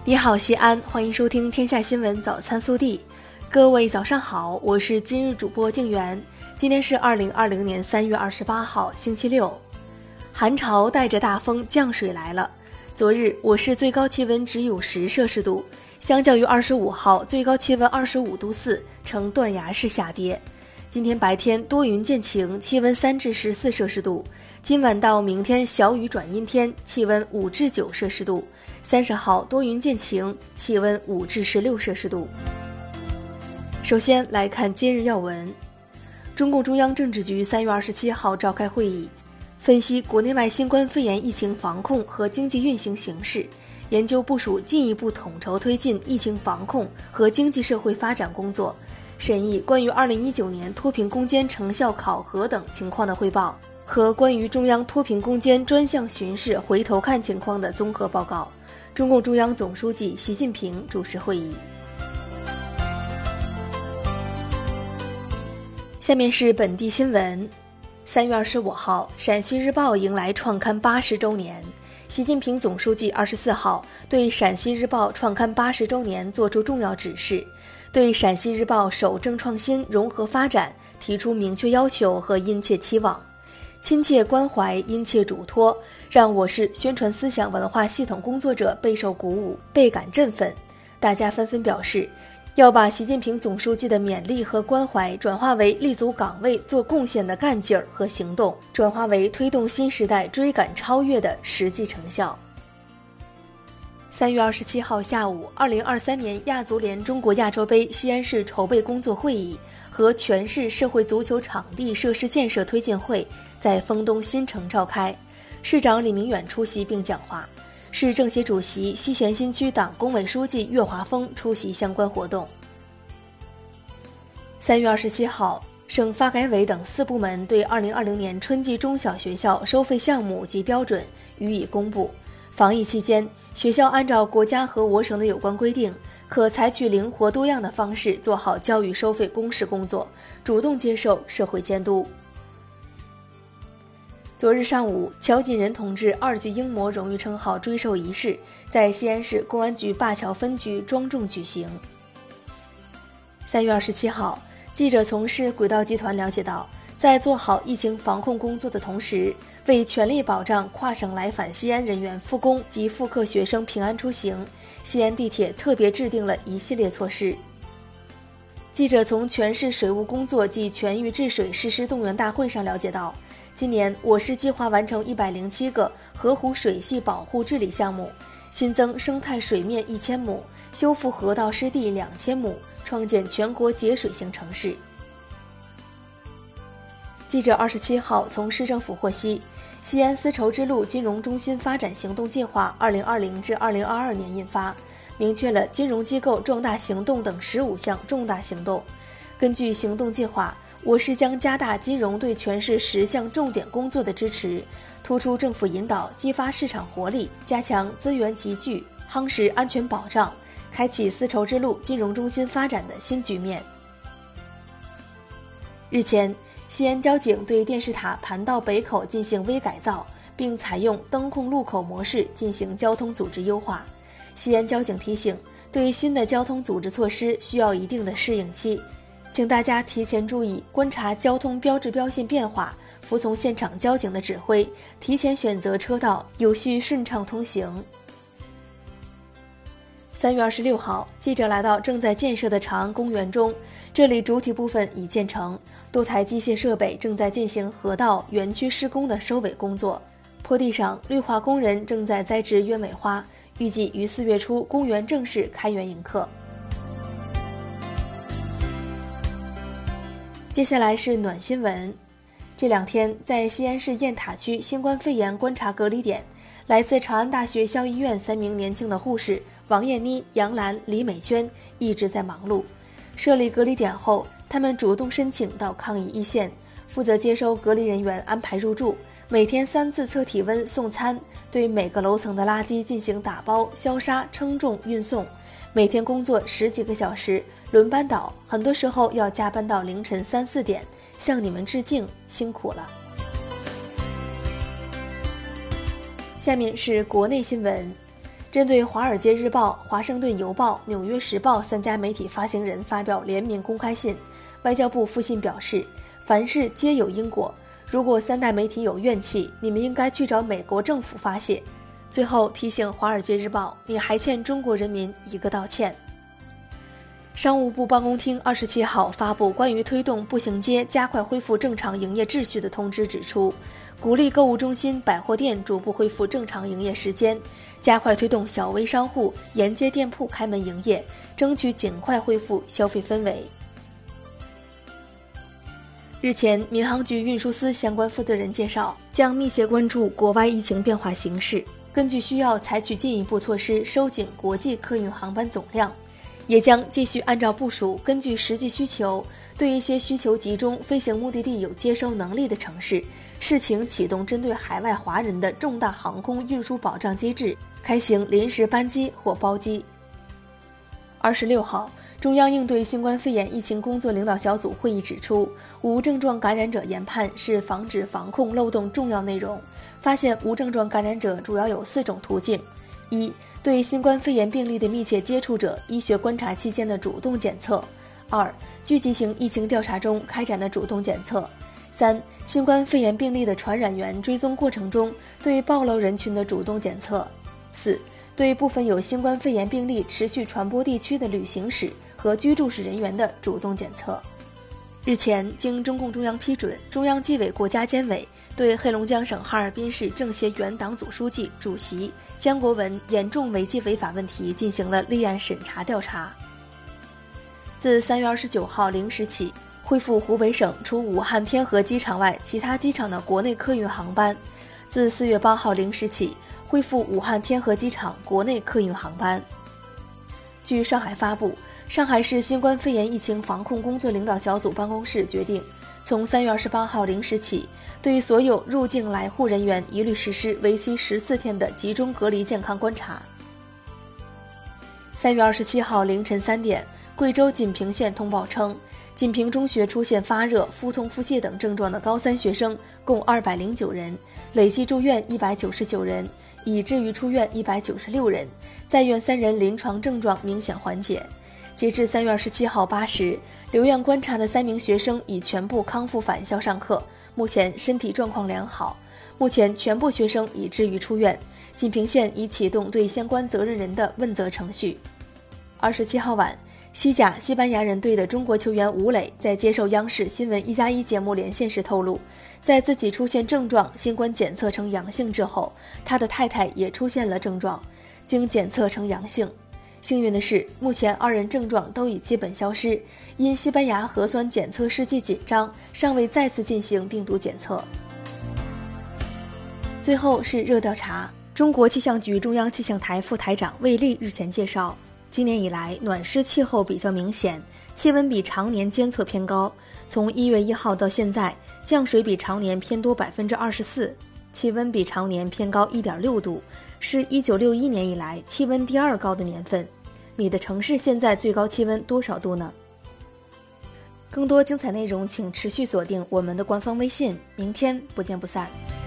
你好，西安，欢迎收听天下新闻早餐速递。各位早上好，我是今日主播静媛。今天是2020年3月28号，星期六。寒潮带着大风降水来了。昨日我市最高气温只有10摄氏度，相较于25号最高气温25度4，呈断崖式下跌。今天白天多云见晴，气温3至14摄氏度。今晚到明天小雨转阴天，气温5至9摄氏度。30号多云见晴，气温5至16摄氏度。首先来看今日要闻。中共中央政治局3月27号召开会议，分析国内外新冠肺炎疫情防控和经济运行形势，研究部署进一步统筹推进疫情防控和经济社会发展工作，审议关于2019年脱贫攻坚成效考核等情况的汇报和关于中央脱贫攻坚专项巡视回头看情况的综合报告。中共中央总书记习近平主持会议。下面是本地新闻。3月25号，陕西日报迎来创刊80周年。习近平总书记24号对陕西日报创刊80周年作出重要指示，对陕西日报守正创新、融合发展提出明确要求和殷切期望。亲切关怀，殷切嘱托，让我市宣传思想文化系统工作者备受鼓舞，倍感振奋。大家纷纷表示，要把习近平总书记的勉励和关怀转化为立足岗位做贡献的干劲儿和行动，转化为推动新时代追赶超越的实际成效。3月27号下午，2023年亚足联中国亚洲杯西安市筹备工作会议和全市社会足球场地设施建设推进会在丰东新城召开，市长李明远出席并讲话，市政协主席西咸新区党工委书记岳华峰出席相关活动。3月27号，省发改委等4部门对2020年春季中小学校收费项目及标准予以公布。防疫期间，学校按照国家和我省的有关规定，可采取灵活多样的方式做好教育收费公示工作，主动接受社会监督。昨日上午，乔锦仁同志2级英模荣誉称号追授仪式在西安市公安局灞桥分局庄重举行。3月27号，记者从市轨道集团了解到，在做好疫情防控工作的同时，为全力保障跨省来返西安人员复工及复课学生平安出行，西安地铁特别制定了一系列措施。记者从全市水务工作及全域治水实施动员大会上了解到，今年我市计划完成107个河湖水系保护治理项目，新增生态水面1000亩，修复河道湿地2000亩，创建全国节水型城市。记者27号从市政府获悉，西安丝绸之路金融中心发展行动计划2020至2022年印发，明确了金融机构壮大行动等15项重大行动。根据行动计划，我市将加大金融对全市10项重点工作的支持，突出政府引导，激发市场活力，加强资源集聚，夯实安全保障，开启丝绸之路金融中心发展的新局面。日前，西安交警对电视塔盘道北口进行微改造，并采用灯控路口模式进行交通组织优化。西安交警提醒，对新的交通组织措施需要一定的适应期，请大家提前注意观察交通标志标线变化，服从现场交警的指挥，提前选择车道，有序顺畅通行。3月26号，记者来到正在建设的长安公园中，这里主体部分已建成，多台机械设备正在进行河道园区施工的收尾工作。坡地上，绿化工人正在栽植鸢尾花，预计于4月初公园正式开园迎客。接下来是暖新闻。这2天，在西安市雁塔区新冠肺炎观察隔离点，来自长安大学校医院3名年轻的护士王艳妮、杨兰、李美娟一直在忙碌。设立隔离点后，他们主动申请到抗疫一线，负责接收隔离人员安排入住，每天3次测体温送餐，对每个楼层的垃圾进行打包、消杀、称重、运送。每天工作10几个小时，轮班倒，很多时候要加班到凌晨3、4点，向你们致敬，辛苦了。下面是国内新闻。 针对《华尔街日报》、《华盛顿邮报》、《纽约时报》3家媒体发行人发表联名公开信，外交部复信表示，凡事皆有因果，如果3大媒体有怨气，你们应该去找美国政府发泄。最后提醒《华尔街日报》，你还欠中国人民一个道歉。商务部办公厅27号发布关于推动步行街加快恢复正常营业秩序的通知，指出，鼓励购物中心、百货店逐步恢复正常营业时间，加快推动小微商户沿街店铺开门营业，争取尽快恢复消费氛围。日前，民航局运输司相关负责人介绍，将密切关注国外疫情变化形势，根据需要采取进一步措施收紧国际客运航班总量，也将继续按照部署，根据实际需求，对一些需求集中、飞行目的地有接收能力的城市，视情启动针对海外华人的重大航空运输保障机制，开行临时班机或包机。26号，中央应对新冠肺炎疫情工作领导小组会议指出，无症状感染者研判是防止防控漏洞重要内容。发现无症状感染者主要有4种途径：一、对新冠肺炎病例的密切接触者医学观察期间的主动检测；二、聚集型疫情调查中开展的主动检测；三、新冠肺炎病例的传染源追踪过程中对暴露人群的主动检测；四、对部分有新冠肺炎病例持续传播地区的旅行史和居住史人员的主动检测。日前，经中共中央批准，中央纪委国家监委对黑龙江省哈尔滨市政协原党组书记、主席姜国文严重违纪违法问题进行了立案审查调查。自3月29号0时起，恢复湖北省除武汉天河机场外其他机场的国内客运航班；自4月8号0时起，恢复武汉天河机场国内客运航班。据上海发布，上海市新冠肺炎疫情防控工作领导小组办公室决定，从3月28号0时起，对所有入境来沪人员一律实施为期14天的集中隔离健康观察。3月27号凌晨3点，贵州锦屏县通报称，锦屏中学出现发热、腹痛、腹泻等症状的高3学生共209人，累计住院199人，已治愈出院196人，在院3人临床症状明显缓解。截至3月27号8时，留院观察的3名学生已全部康复返校上课，目前身体状况良好。目前全部学生已治愈出院，锦屏县已启动对相关责任人的问责程序。27号晚，西甲西班牙人队的中国球员吴磊在接受央视新闻1+1节目连线时透露，在自己出现症状、新冠检测呈阳性之后，他的太太也出现了症状，经检测呈阳性。幸运的是，目前2人症状都已基本消失，因西班牙核酸检测试剂紧张，尚未再次进行病毒检测。最后是热调查，中国气象局中央气象台副台长魏丽日前介绍，今年以来暖湿气候比较明显，气温比常年监测偏高。从1月1号到现在，降水比常年偏多24%，气温比常年偏高1.6度，是1961年以来气温第2高的年份。你的城市现在最高气温多少度呢？更多精彩内容请持续锁定我们的官方微信，明天不见不散。